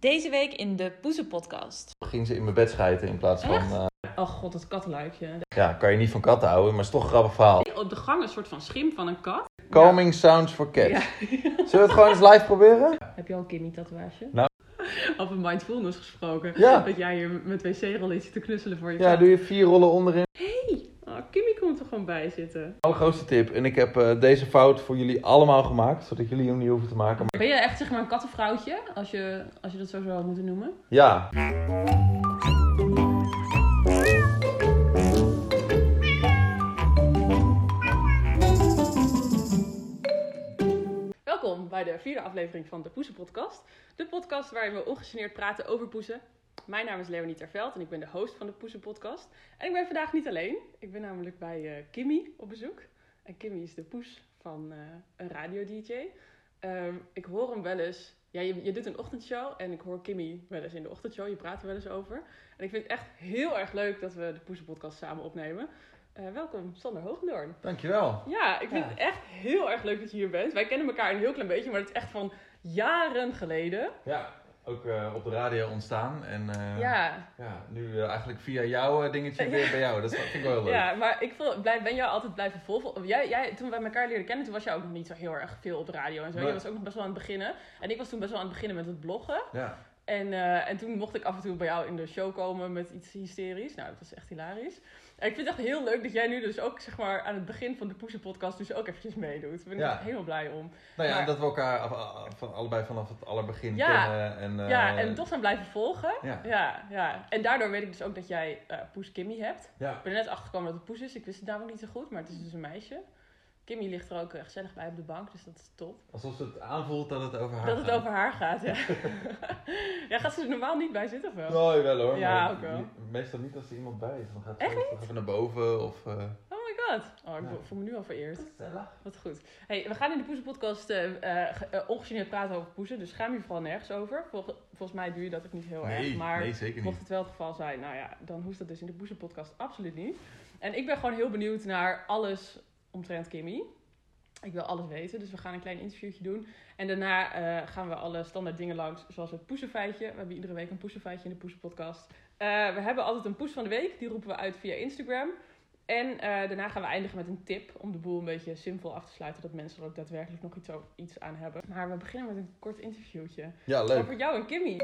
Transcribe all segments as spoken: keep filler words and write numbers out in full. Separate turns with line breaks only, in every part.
Deze week in de Poezen-podcast.
Ging ze in mijn bed schijten in plaats van... Uh,
oh god, het kattenluikje.
Ja, kan je niet van katten houden, maar het is toch een grappig verhaal.
Op de gang een soort van schim van een kat.
Calming
ja.
sounds for cats.
Ja.
Zullen we het gewoon eens live proberen?
Heb je al een Kimmy-tatoeage?
Nou.
Over mindfulness gesproken.
Ja.
Dat jij hier met wc-rollen iets te knusselen voor je
Ja,
kat.
doe je vier rollen onderin.
Hey, oh, Kimmy komt er gewoon bij zitten.
Allergrootste tip. En ik heb uh, deze fout voor jullie allemaal gemaakt, zodat jullie hem niet hoeven te maken. Maar...
Ben je echt zeg maar een kattenvrouwtje, als je, als je dat zo zou moeten noemen?
Ja.
Welkom bij de vierde aflevering van de Poezen-podcast. De podcast waarin we ongegeneerd praten over poezen. Mijn naam is Leonie Terveld en ik ben de host van de Poezen-podcast. En ik ben vandaag niet alleen. Ik ben namelijk bij uh, Kimmy op bezoek. En Kimmy is de poes van uh, een radio-dj. Um, ik hoor hem wel eens... Ja, je, je doet een ochtendshow en ik hoor Kimmy wel eens in de ochtendshow. Je praat er wel eens over. En ik vind het echt heel erg leuk dat we de Poezen-podcast samen opnemen. Uh, welkom, Sander Hoogendoorn.
Dankjewel.
Ja, ik vind
ja.
het echt heel erg leuk dat je hier bent. Wij kennen elkaar een heel klein beetje, maar het is echt van jaren geleden.
Ja, ook uh, op de radio ontstaan. En uh,
ja.
Ja, nu uh, eigenlijk via jouw uh, dingetje weer bij jou. Dat vind ik wel heel leuk.
Ja, maar ik voel, blijf, ben jou altijd blijven volgen. Jij, jij, toen wij elkaar leerden kennen, toen was jij ook nog niet zo heel erg veel op de radio en zo. Nee. Je was ook nog best wel aan het beginnen. En ik was toen best wel aan het beginnen met het bloggen. Ja. En, uh, en toen mocht ik af en toe bij jou in de show komen met iets hysterisch. Nou, dat was echt hilarisch. En ik vind het echt heel leuk dat jij nu dus ook zeg maar aan het begin van de Poezen-podcast dus ook eventjes meedoet. Daar ben ik ja. echt helemaal blij om.
Nou ja,
maar,
dat we elkaar van allebei vanaf het allerbegin
ja,
kennen. En, uh,
ja, en toch zijn blijven volgen.
Ja.
Ja, ja. En daardoor weet ik dus ook dat jij uh, Poes Kimmy hebt.
Ja.
Ik ben er net achtergekomen dat het Poes is. Ik wist het namelijk niet zo goed, maar het is dus een meisje. Kimmy ligt er ook gezellig bij op de bank, dus dat is top.
Alsof het aanvoelt dat het over haar
dat
gaat.
Dat het over haar gaat, ja. Ja, gaat ze er normaal niet bij zitten of wel?
Nou, wel hoor.
Ja,
maar
ook wel.
Meestal niet als er iemand bij is. Dan gaat
Echt
ze
niet?
even naar boven of... Uh...
Oh my god. Oh, ik ja. voel me nu al vereerd. Wat goed. Hey, we gaan in de Poezen-podcast uh, uh, ongegeneerd praten over poezen, dus schaam je vooral nergens over. Vol- volgens mij doe je dat ook niet heel
nee,
erg. Maar
nee, zeker niet.
Mocht het wel het geval zijn, nou ja, dan hoeft dat dus in de Poezen-podcast absoluut niet. En ik ben gewoon heel benieuwd naar alles omtrent Kimmy. Ik wil alles weten, dus we gaan een klein interviewtje doen. En daarna uh, gaan we alle standaard dingen langs, zoals het poezenfeitje. We hebben iedere week een poezenfeitje in de Poezen-podcast. Uh, we hebben altijd een poes van de week, die roepen we uit via Instagram. En uh, daarna gaan we eindigen met een tip om de boel een beetje simpel af te sluiten, dat mensen er ook daadwerkelijk nog iets, iets aan hebben. Maar we beginnen met een kort interviewtje.
Ja, leuk.
Over jou en Kimmy.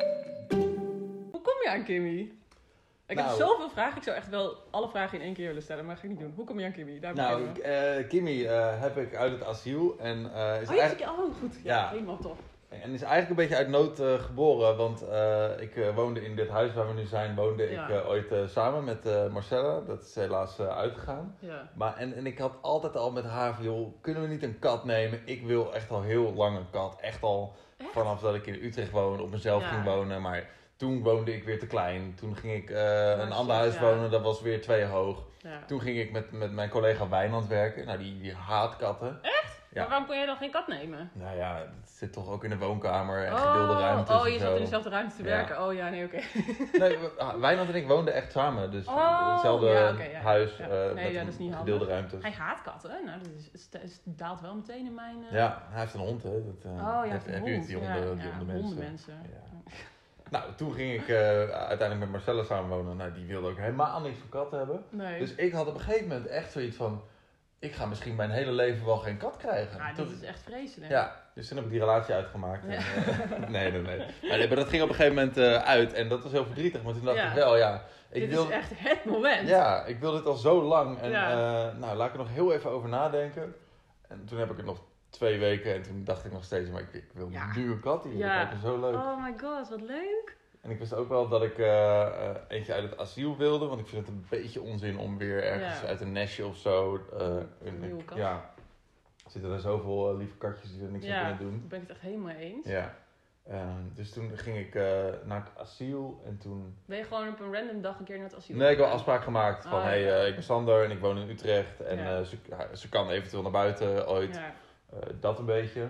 Hoe kom je aan Kimmy? Ik
nou,
heb zoveel vragen. Ik zou echt wel alle vragen in één keer willen stellen, maar dat ga ik niet doen. Hoe kom je aan Kimmy? Daar
nou, uh, Kimmy uh, heb ik uit het asiel. En, uh, is
oh, eigenlijk... oh, goed. Ja, ja, helemaal top.
En is eigenlijk een beetje uit nood uh, geboren. Want uh, ik uh, woonde in dit huis waar we nu zijn, woonde ja. ik uh, ooit uh, samen met uh, Marcella. Dat is helaas uh, uitgegaan.
Ja.
Maar, en, en ik had altijd al met haar van, joh, kunnen we niet een kat nemen? Ik wil echt al heel lang een kat. Echt al echt? vanaf dat ik in Utrecht woonde, op mezelf ja. ging wonen. Maar toen woonde ik weer te klein. Toen ging ik uh, een ander huis ja. wonen, dat was weer twee hoog. Ja. Toen ging ik met, met mijn collega Wijnand werken. Nou, die, die haat katten.
Echt? Ja. Maar waarom kon jij dan geen kat nemen?
Nou ja, het zit toch ook in de woonkamer en
oh,
gedeelde ruimtes.
Oh, je
zat
zat in dezelfde ruimte te werken.
Ja.
Oh ja, nee, oké.
Okay. Nee, Wijnand en ik woonden echt samen. Dus
oh,
hetzelfde
ja, okay, ja.
huis
ja.
Uh,
nee,
met
ja, dat is niet
gedeelde
handig.
ruimtes.
Hij haat katten. Nou, dat is, is, is, daalt wel meteen in mijn... Uh...
Ja, hij heeft een hond, hè. Dat, uh,
oh ja,
heb,
een
heb
hond.
Je het, die honden,
ja,
die
ja,
honden mensen.
mensen. Ja.
Nou, toen ging ik uh, uiteindelijk met Marcella samenwonen. Nou, die wilde ook helemaal niks van katten hebben.
Nee.
Dus ik had op een gegeven moment echt zoiets van... Ik ga misschien mijn hele leven wel geen kat krijgen.
Ja,
toen,
dat is echt vreselijk.
Ja, dus toen heb ik die relatie uitgemaakt.
Ja.
En, uh, nee, nee, nee. Maar, nee. Maar dat ging op een gegeven moment uh, uit. En dat was heel verdrietig. Maar toen dacht
ja.
ik wel, ja... Ik
dit
wil,
is echt het moment.
Ja, ik wil dit al zo lang. En
ja.
uh, nou, laat ik er nog heel even over nadenken. En toen heb ik het nog twee weken. En toen dacht ik nog steeds, maar ik, ik wil ja. nu een kat hier.
Ja.
Dat lijkt me zo leuk.
Oh my god, wat leuk.
En ik wist ook wel dat ik uh, uh, eentje uit het asiel wilde. Want ik vind het een beetje onzin om weer ergens ja. uit een nestje of zo... Uh,
een nieuwe kat.
Ja, er zitten er zoveel uh, lieve katjes die er niks
ja,
aan kunnen doen.
Ja, daar ben ik het echt helemaal eens.
Ja. Uh, dus toen ging ik uh, naar het asiel en toen...
Ben je gewoon op een random dag een keer naar het asiel?
Nee, ik heb wel afspraak gemaakt van... Oh, hé, hey, uh, ik ben Sander en ik woon in Utrecht. En
ja.
uh, ze, ze kan eventueel naar buiten ooit.
Ja.
Uh, dat een beetje.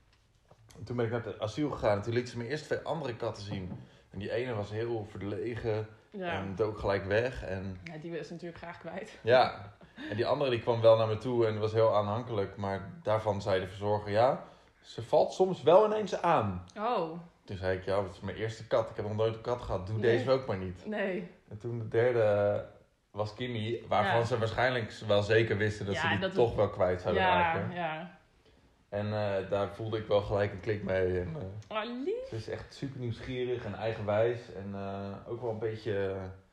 En toen ben ik naar het asiel gegaan en toen liet ze me eerst twee andere katten zien. En die ene was heel verlegen ja. en dook gelijk weg. En...
Ja, die wil ze natuurlijk graag kwijt.
Ja, en die andere die kwam wel naar me toe en was heel aanhankelijk. Maar daarvan zei de verzorger, ja, ze valt soms wel ineens aan.
Oh.
Toen zei ik, ja, het is mijn eerste kat. Ik heb nog nooit een kat gehad. Doe
nee.
deze ook maar niet.
Nee.
En toen de derde was Kimmy, waarvan
ja.
ze waarschijnlijk wel zeker wisten dat
ja,
ze die
dat
toch
het...
wel kwijt zouden
ja,
raken.
Ja,
En uh, daar voelde ik wel gelijk een klik mee. En, uh,
oh, lief.
ze is echt super nieuwsgierig en eigenwijs. En uh, ook wel een beetje,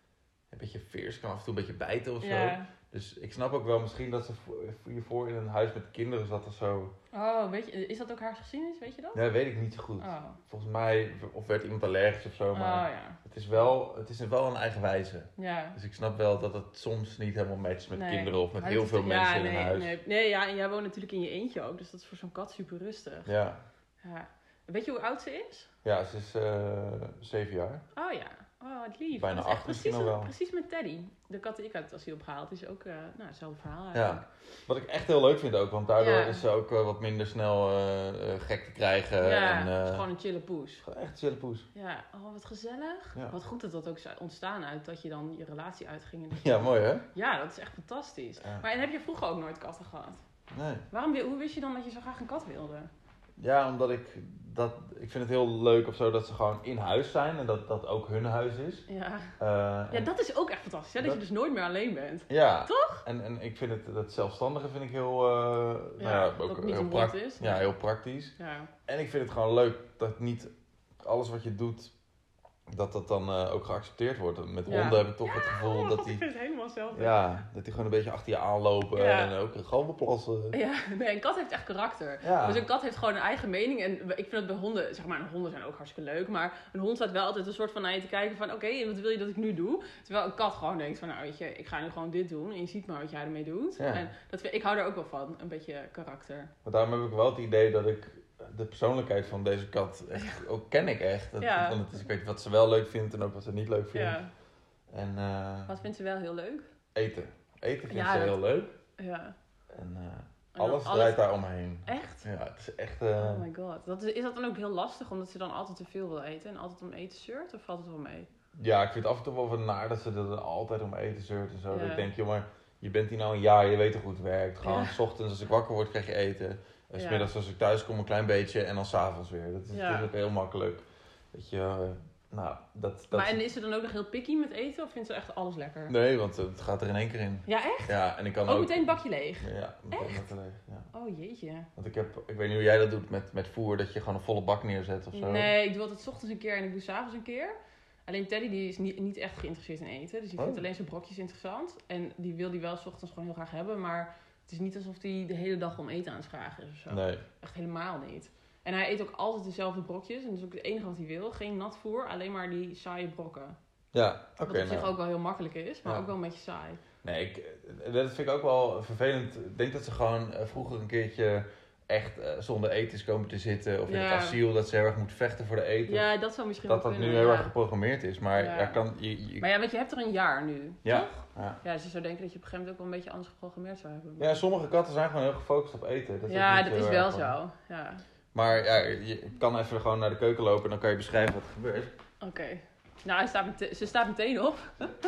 een beetje fierce, kan af en toe een beetje bijten of zo.
Ja.
Dus ik snap ook wel misschien dat ze hiervoor in een huis met kinderen zat of zo.
Oh, weet je, is dat ook haar geschiedenis, weet je dat?
Nee, weet ik niet zo goed.
Oh.
Volgens mij, of werd iemand allergisch of zo. Maar
oh, ja.
het is wel, het is wel een eigenwijze.
Ja.
Dus ik snap wel dat het soms niet helemaal matcht met
nee.
kinderen of met
maar
heel veel
ja,
mensen
nee,
in een huis.
Nee, nee, ja, en jij woont natuurlijk in je eentje ook, dus dat is voor zo'n kat super rustig.
Ja.
Ja. Weet je hoe oud ze is?
Ja, ze is uh, zeven jaar.
Oh ja. Oh, wat lief.
Bijna acht misschien
precies,
nog wel.
Precies met Teddy. De kat die ik uit het asiel heb gehaald. is ook uh, nou, hetzelfde verhaal eigenlijk.
Ja. Wat ik echt heel leuk vind ook. Want daardoor
ja.
is ze ook uh, wat minder snel uh, uh, gek te krijgen.
Ja,
en, uh,
het is gewoon een chille poes.
Gewoon echt een chille poes.
Ja, oh wat gezellig.
Ja.
Wat goed dat dat ook is ontstaan uit dat je dan je relatie uitging. En
ja, mooi hè?
Ja, dat is echt fantastisch.
Ja.
Maar en heb je vroeger ook nooit katten gehad?
Nee.
Waarom, hoe wist je dan dat je zo graag een kat wilde?
Ja, omdat ik dat... Ik vind het heel leuk of zo dat ze gewoon in huis zijn. En dat dat ook hun huis is.
Ja,
uh,
ja dat is ook echt fantastisch. Hè? Dat, dat je dus nooit meer alleen bent.
Ja.
Toch?
En, en ik vind het, dat zelfstandige vind ik heel... Uh,
ja,
nou ja,
ook
ook
niet
heel,
een
pra-
is.
ja, heel praktisch.
Ja.
En ik vind het gewoon leuk dat niet alles wat je doet... dat dat dan uh, ook geaccepteerd wordt. Met
ja.
honden heb ik toch
ja,
het gevoel
oh,
dat die...
ik vind het helemaal hetzelfde.
Ja, dat die gewoon een beetje achter je aanlopen
ja.
en ook gewoon beplassen.
Ja, nee, een kat heeft echt karakter.
Ja.
Dus een kat heeft gewoon een eigen mening. En ik vind dat bij honden, zeg maar, honden zijn ook hartstikke leuk. Maar een hond staat wel altijd een soort van naar je te kijken van... Oké, okay, wat wil je dat ik nu doe? Terwijl een kat gewoon denkt van, nou weet je, ik ga nu gewoon dit doen. En je ziet maar wat jij ermee doet.
Ja.
En dat, ik hou er ook wel van, een beetje karakter.
Maar daarom heb ik wel het idee dat ik de persoonlijkheid van deze kat echt, ook ken ik echt. Dat,
Ja.
Want het is, ik weet wat ze wel leuk vindt en ook wat ze niet leuk vindt.
Ja.
En, uh,
Wat vindt ze wel heel leuk?
eten. Eten vindt
Ja,
ze
dat...
heel leuk.
Ja.
En uh,
En
alles,
alles
draait daar omheen.
Echt?
Ja, het is echt... Uh...
Oh my god. Dat is, is dat dan ook heel lastig omdat ze dan altijd te veel wil eten en altijd om eten zeurt? Of valt het wel mee?
Ja, ik vind het af en toe wel wat naar dat ze er altijd om eten zeurt en zo.
Ja.
Dat ik denk, joh, maar je bent hier nou een jaar, je weet toch hoe het werkt. Gewoon,
Ja.
's ochtends als ik wakker word, krijg je eten. En 's
Ja.
middags als ik thuis kom, een klein beetje. En dan 's avonds weer. Dat is
Ja.
natuurlijk heel makkelijk. Weet je, uh, nou, dat... dat
Maar en is ze dan ook nog heel picky met eten of vindt ze echt alles lekker?
Nee, want het gaat er in één keer in.
Ja, echt?
Ja, en ik kan
ook,
ook...
meteen een bakje leeg?
Ja, meteen
Echt?
bakje leeg. Ja.
Oh jeetje.
Want ik heb, ik weet niet hoe jij dat doet met, met voer, dat je gewoon een volle bak neerzet of zo.
Nee, ik doe altijd 's ochtends een keer en ik doe 's avonds een keer. Alleen Teddy die is niet, niet echt geïnteresseerd in eten. Dus die vindt
Oh.
alleen zijn brokjes interessant. En die wil die wel 's ochtends gewoon heel graag hebben. Maar het is niet alsof hij de hele dag om eten aan het vragen is of zo.
Nee.
Echt helemaal niet. En hij eet ook altijd dezelfde brokjes. En dat is ook het enige wat hij wil. Geen nat voer, alleen maar die saaie brokken.
Ja, oké.
Wat op
nou.
zich ook wel heel makkelijk is, maar
Ja.
ook wel een beetje saai.
Nee, ik, dat vind ik ook wel vervelend. Ik denk dat ze gewoon uh, vroeger een keertje echt uh, zonder eten is komen te zitten. Of in
Ja.
het asiel, dat ze heel erg moet vechten voor de eten.
Ja, dat zou misschien
dat
wel
dat nu
kunnen,
heel
ja.
erg geprogrammeerd is. Maar
Ja.
ja. kan, je, je-
Maar ja, want je hebt er een jaar nu,
Ja.
toch?
Ja.
Ja, dus je zou denken dat je op een gegeven moment ook wel een beetje anders geprogrammeerd zou hebben.
ja, sommige katten zijn gewoon heel gefocust op eten. Dat is
ja,
ook niet
dat is
heel
wel
erg van-
zo. Ja.
Maar ja, je kan even gewoon naar de keuken lopen en dan kan je beschrijven wat er gebeurt.
Oké. Okay. Nou, hij staat mete- ze staat meteen op.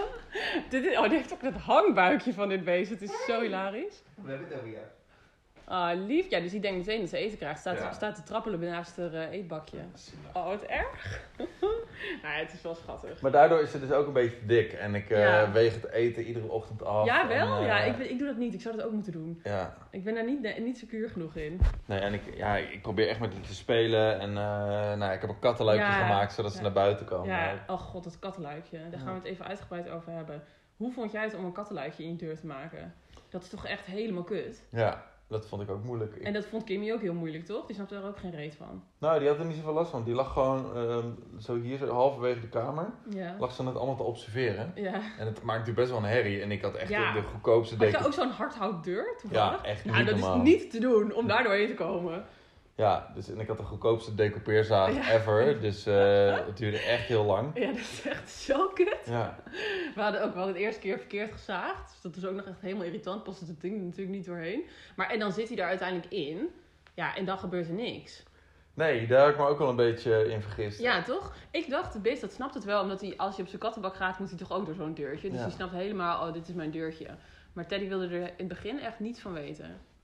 dit is, oh, die heeft ook dat hangbuikje van dit beest. Het is zo hilarisch.
We hebben het over jou.
Ah, lief. Ja, dus die denkt meteen dat ze eten krijgt. Staat,
Ja.
staat te trappelen naast haar uh, eetbakje. Oh, wat erg. nou, het is wel schattig.
Maar daardoor is ze dus ook een beetje dik. En ik uh,
Ja.
weeg het eten iedere ochtend af.
Ja, wel?
En, uh,
ja, ik, ben- ik doe dat niet. Ik zou dat ook moeten doen.
Ja.
Ik ben daar niet, niet secuur genoeg in.
Nee, en ik, ja, ik probeer echt met haar te spelen. En uh, nou, ik heb een kattenluikje
Ja.
gemaakt, zodat ze
Ja.
naar buiten komen.
Ja, oh god, dat kattenluikje. Daar gaan we
Ja.
het even uitgebreid over hebben. Hoe vond jij het om een kattenluikje in je deur te maken? Dat is toch echt helemaal kut?
Ja, dat vond ik ook moeilijk. Ik-
En dat vond Kimmy ook heel moeilijk, toch? Die snapte er ook geen reet van.
Nou, die had er niet zoveel last van. Die lag gewoon uh, zo hier, zo halverwege de kamer.
Ja.
Lag ze het allemaal te observeren.
Ja.
En het maakt natuurlijk best wel een herrie. En ik had echt
Ja.
de, de goedkoopste
Had je
deken.
ook zo'n hardhoutdeur toevallig?
Ja, echt niet
Ja, dat
normaal.
is niet te doen om daar doorheen te komen.
Ja, dus, en ik had de goedkoopste decoupeerzaag
Ja.
ever. Dus uh, het duurde echt heel lang.
Ja, dat is echt zo kut.
Ja.
We hadden ook wel de eerste keer verkeerd gezaagd. Dus dat was ook nog echt helemaal irritant. Paste het ding er natuurlijk niet doorheen. Maar en dan zit hij daar uiteindelijk in. Ja, en dan gebeurt er niks.
Nee, daar heb ik me ook wel een beetje in vergist.
Ja, toch? Ik dacht, het beest dat snapt het wel. Omdat hij, als hij op zijn kattenbak gaat, moet hij toch ook door zo'n deurtje. Dus
Ja.
hij snapt helemaal, oh, dit is mijn deurtje. Maar Teddy wilde er in het begin echt niets van weten.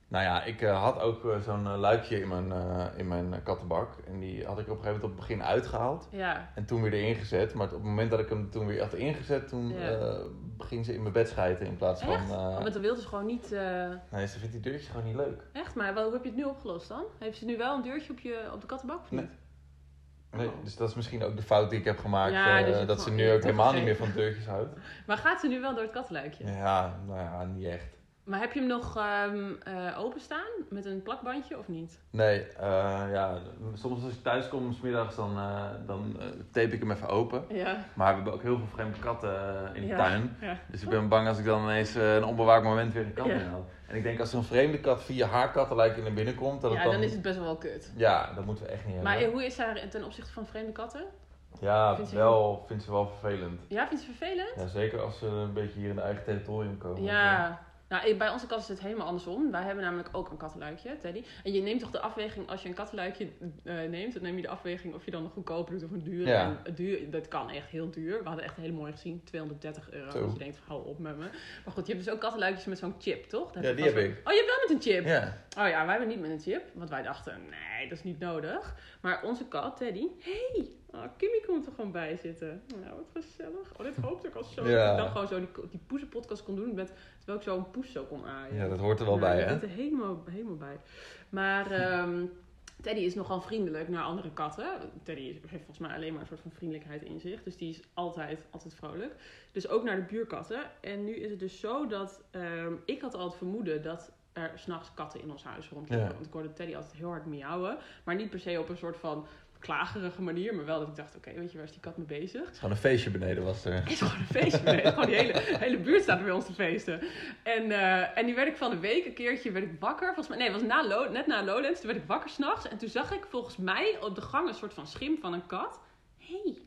Nou ja, ik uh, had ook uh, zo'n uh, luikje in mijn, uh, in mijn uh, kattenbak. En die had ik op een gegeven moment op het begin uitgehaald.
Ja.
En toen weer erin gezet. Maar op het moment dat ik hem toen weer had ingezet, toen ja. uh, ging ze in mijn bed schijten in plaats
Echt?
van... Uh...
Oh, want dan wilde ze gewoon niet... Uh...
Nee, ze vindt die deurtjes gewoon niet leuk.
Echt? Maar hoe heb je het nu opgelost dan? Heeft ze nu wel een deurtje op, je, op de kattenbak of niet?
Nee. Nee, dus dat is misschien ook de fout die ik heb gemaakt.
Ja, dus
uh, dat ze nu ook helemaal niet meer van deurtjes houdt.
Maar gaat ze nu wel door het kattenluikje?
Ja, nou ja, niet echt.
Maar heb je hem nog um, uh, openstaan met een plakbandje of niet?
Nee, uh, ja, soms als ik thuis kom 's middags dan, uh, dan uh, tape ik hem even open.
Ja.
Maar we hebben ook heel veel vreemde katten uh, in de
ja.
tuin.
Ja.
Dus ik ben bang als ik dan ineens uh, een onbewaakt moment weer een kat ja. inhaal. En ik denk als er een vreemde kat via haar kattenluikje naar binnen komt... Dat
ja,
het dan...
dan is het best wel kut.
Ja, dat moeten we echt niet
maar
hebben.
Maar hoe is haar ten opzichte van vreemde katten?
Ja,
vindt ze
wel,
heel...
vindt ze wel vervelend.
Ja, vindt ze vervelend?
Ja, zeker als ze een beetje hier in de eigen territorium komen.
Ja, nou, bij onze kat is het helemaal andersom. Wij hebben namelijk ook een kattenluikje, Teddy. En je neemt toch de afweging, als je een kattenluikje uh, neemt, dan neem je de afweging of je dan een goedkoper doet of een duur.
Ja.
En duur, dat kan echt heel duur. We hadden echt heel mooi gezien, tweehonderddertig euro.
Zo.
Dus je denkt, hou op met me. Maar goed, je hebt dus ook kattenluikjes met zo'n chip, toch?
Ja, die heb
zo...
ik.
Oh, je hebt wel met een chip?
Ja.
Oh ja, wij hebben niet met een chip. Want wij dachten, nee, dat is niet nodig. Maar onze kat, Teddy, hey, oh, Kimmy komt er gewoon bij zitten. Nou, wat gezellig. Oh, dit hoopte ik al zo.
Ja.
Dat ik dan gewoon zo die, die poezenpodcast kon doen met... Terwijl ik zo een poes zo kon aaien.
Ja, dat hoort er wel
nou,
bij, hè?
Dat hoort er helemaal, helemaal bij. Maar um, Teddy is nogal vriendelijk naar andere katten. Teddy heeft volgens mij alleen maar een soort van vriendelijkheid in zich. Dus die is altijd, altijd vrolijk. Dus ook naar de buurkatten. En nu is het dus zo dat... Um, ik had al het vermoeden dat er 's nachts katten in ons huis rondlopen.
Ja.
Want ik hoorde Teddy altijd heel hard miauwen. Maar niet per se op een soort van... klagerige manier, maar wel dat ik dacht, oké, okay, weet je, waar is die kat mee bezig?
Het is gewoon een feestje beneden was er.
Het is gewoon een feestje beneden. Gewoon die hele, hele buurt staat er bij ons te feesten. En, uh, en nu werd ik van de week een keertje werd ik wakker. Volgens mij, nee, het was na Low, net na Lowlands. Toen werd ik wakker 's nachts. En toen zag ik volgens mij op de gang een soort van schim van een kat. Hey.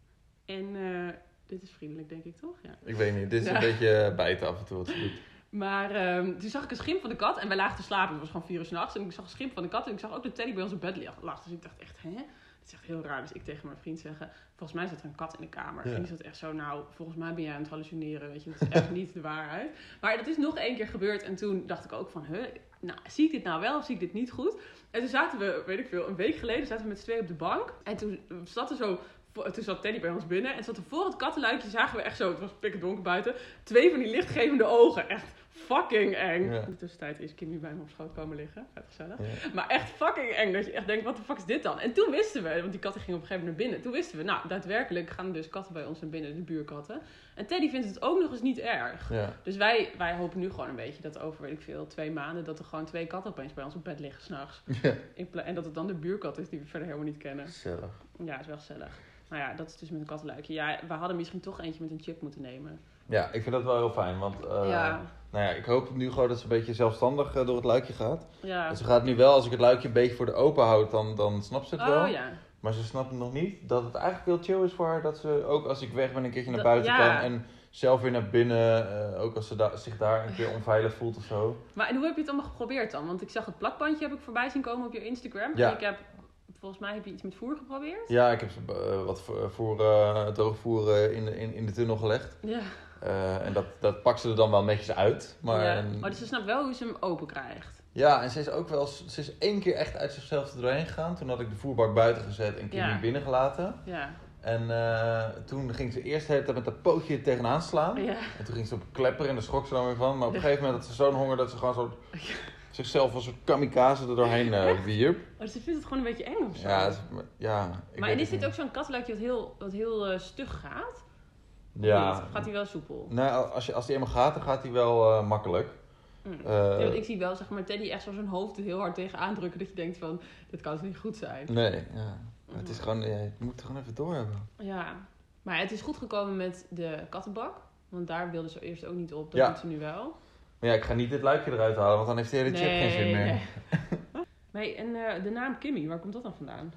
En uh, dit is vriendelijk, denk ik, toch? Ja.
Ik weet niet, dit is ja. een beetje bijten af en toe wat ze doet.
Maar um, toen zag ik een schim van de kat en wij lagen te slapen. Het was gewoon vier uur 's nachts. En ik zag een schim van de kat en ik zag ook dat Teddy bij ons op bed lag. Dus ik dacht echt, hè? Het is echt heel raar. Dus ik tegen mijn vriend zeggen, volgens mij zat er een kat in de kamer. Ja. En die zat echt zo, nou, volgens mij ben jij aan het hallucineren. Weet je, dat is echt niet de waarheid. Maar dat is nog één keer gebeurd. En toen dacht ik ook van, huh, nou, zie ik dit nou wel of zie ik dit niet goed? En toen zaten we, weet ik veel, een week geleden zaten we met z'n tweeën op de bank. En toen zat er zo... Toen zat Teddy bij ons binnen en zat er voor het kattenluikje, zagen we echt zo, het was pikken donker buiten, twee van die lichtgevende ogen. Echt fucking eng. Ja. In de tussentijd is Kimmy bij me op schoot komen liggen. Vet gezellig. Ja. Maar echt fucking eng. Dat je echt denkt, wat de fuck is dit dan? En toen wisten we, want die katten gingen op een gegeven moment naar binnen. Toen wisten we, nou, daadwerkelijk gaan er dus katten bij ons naar binnen, de buurkatten. En Teddy vindt het ook nog eens niet erg. Ja. Dus wij, wij hopen nu gewoon een beetje dat over, weet ik veel, twee maanden, dat er gewoon twee katten opeens bij ons op bed liggen s'nachts. Ja. En dat het dan de buurkat is die we verder helemaal niet kennen.
Gezellig.
Ja, is wel gezellig. Nou ja, dat is dus met een kattenluikje. Ja, we hadden misschien toch eentje met een chip moeten nemen.
Ja, ik vind dat wel heel fijn. Want uh,
ja.
nou ja, ik hoop nu gewoon dat ze een beetje zelfstandig uh, door het luikje gaat.
Ja.
Dus ze gaat nu wel, als ik het luikje een beetje voor de open houd, dan, dan snapt ze het
oh,
wel.
Ja.
Maar ze snapt nog niet dat het eigenlijk heel chill is voor haar. Dat ze ook als ik weg ben een keertje naar
dat,
buiten
ja.
kan. En zelf weer naar binnen. Uh, ook als ze da- zich daar een keer onveilig voelt of zo.
Maar en hoe heb je het allemaal geprobeerd dan? Want ik zag het plakbandje heb ik voorbij zien komen op je Instagram.
Ja.
En ik heb... Volgens mij heb je iets met voer geprobeerd?
Ja, ik heb uh, wat voor uh, droogvoer uh, in, de, in, in de tunnel gelegd.
Ja.
Uh, en dat, dat pakt ze er dan wel netjes uit. Maar,
ja. Oh, dus ze snapt wel hoe ze hem open krijgt.
Ja, en ze is ook wel... Ze is één keer echt uit zichzelf er doorheen gegaan. Toen had ik de voerbak buiten gezet en Kimmy ja. binnengelaten.
Ja.
En uh, toen ging ze eerst de hele tijd met dat pootje tegenaan slaan.
Ja.
En toen ging ze op klepperen en daar schrok ze dan weer van. Maar op een gegeven moment had ze zo'n honger dat ze gewoon zo... zichzelf als een kamikaze er doorheen uh, wierp.
Oh, dus ze vindt het gewoon een beetje eng of zo?
Ja, is, ja
maar en is dit ook zo'n kattenluikje wat heel, wat heel uh, stug gaat?
Ja.
Of gaat hij wel soepel?
Nou, als, je, als die eenmaal gaat, dan gaat hij wel uh, makkelijk.
Mm. Uh, ja, ik zie wel, zeg maar, Teddy echt zo zijn hoofd er heel hard tegen aandrukken. Dat je denkt van, dit kan dus niet goed zijn.
Nee, ja. Mm. Het is gewoon, ja, je moet het gewoon even doorhebben.
Ja. Maar het is goed gekomen met de kattenbak. Want daar wilden ze eerst ook niet op. Dat
ja.
doet ze nu wel.
Maar ja, ik ga niet dit luikje eruit halen, want dan heeft die hele chip
nee,
geen zin meer.
Nee, nee en uh, de naam Kimmy, waar komt dat dan vandaan?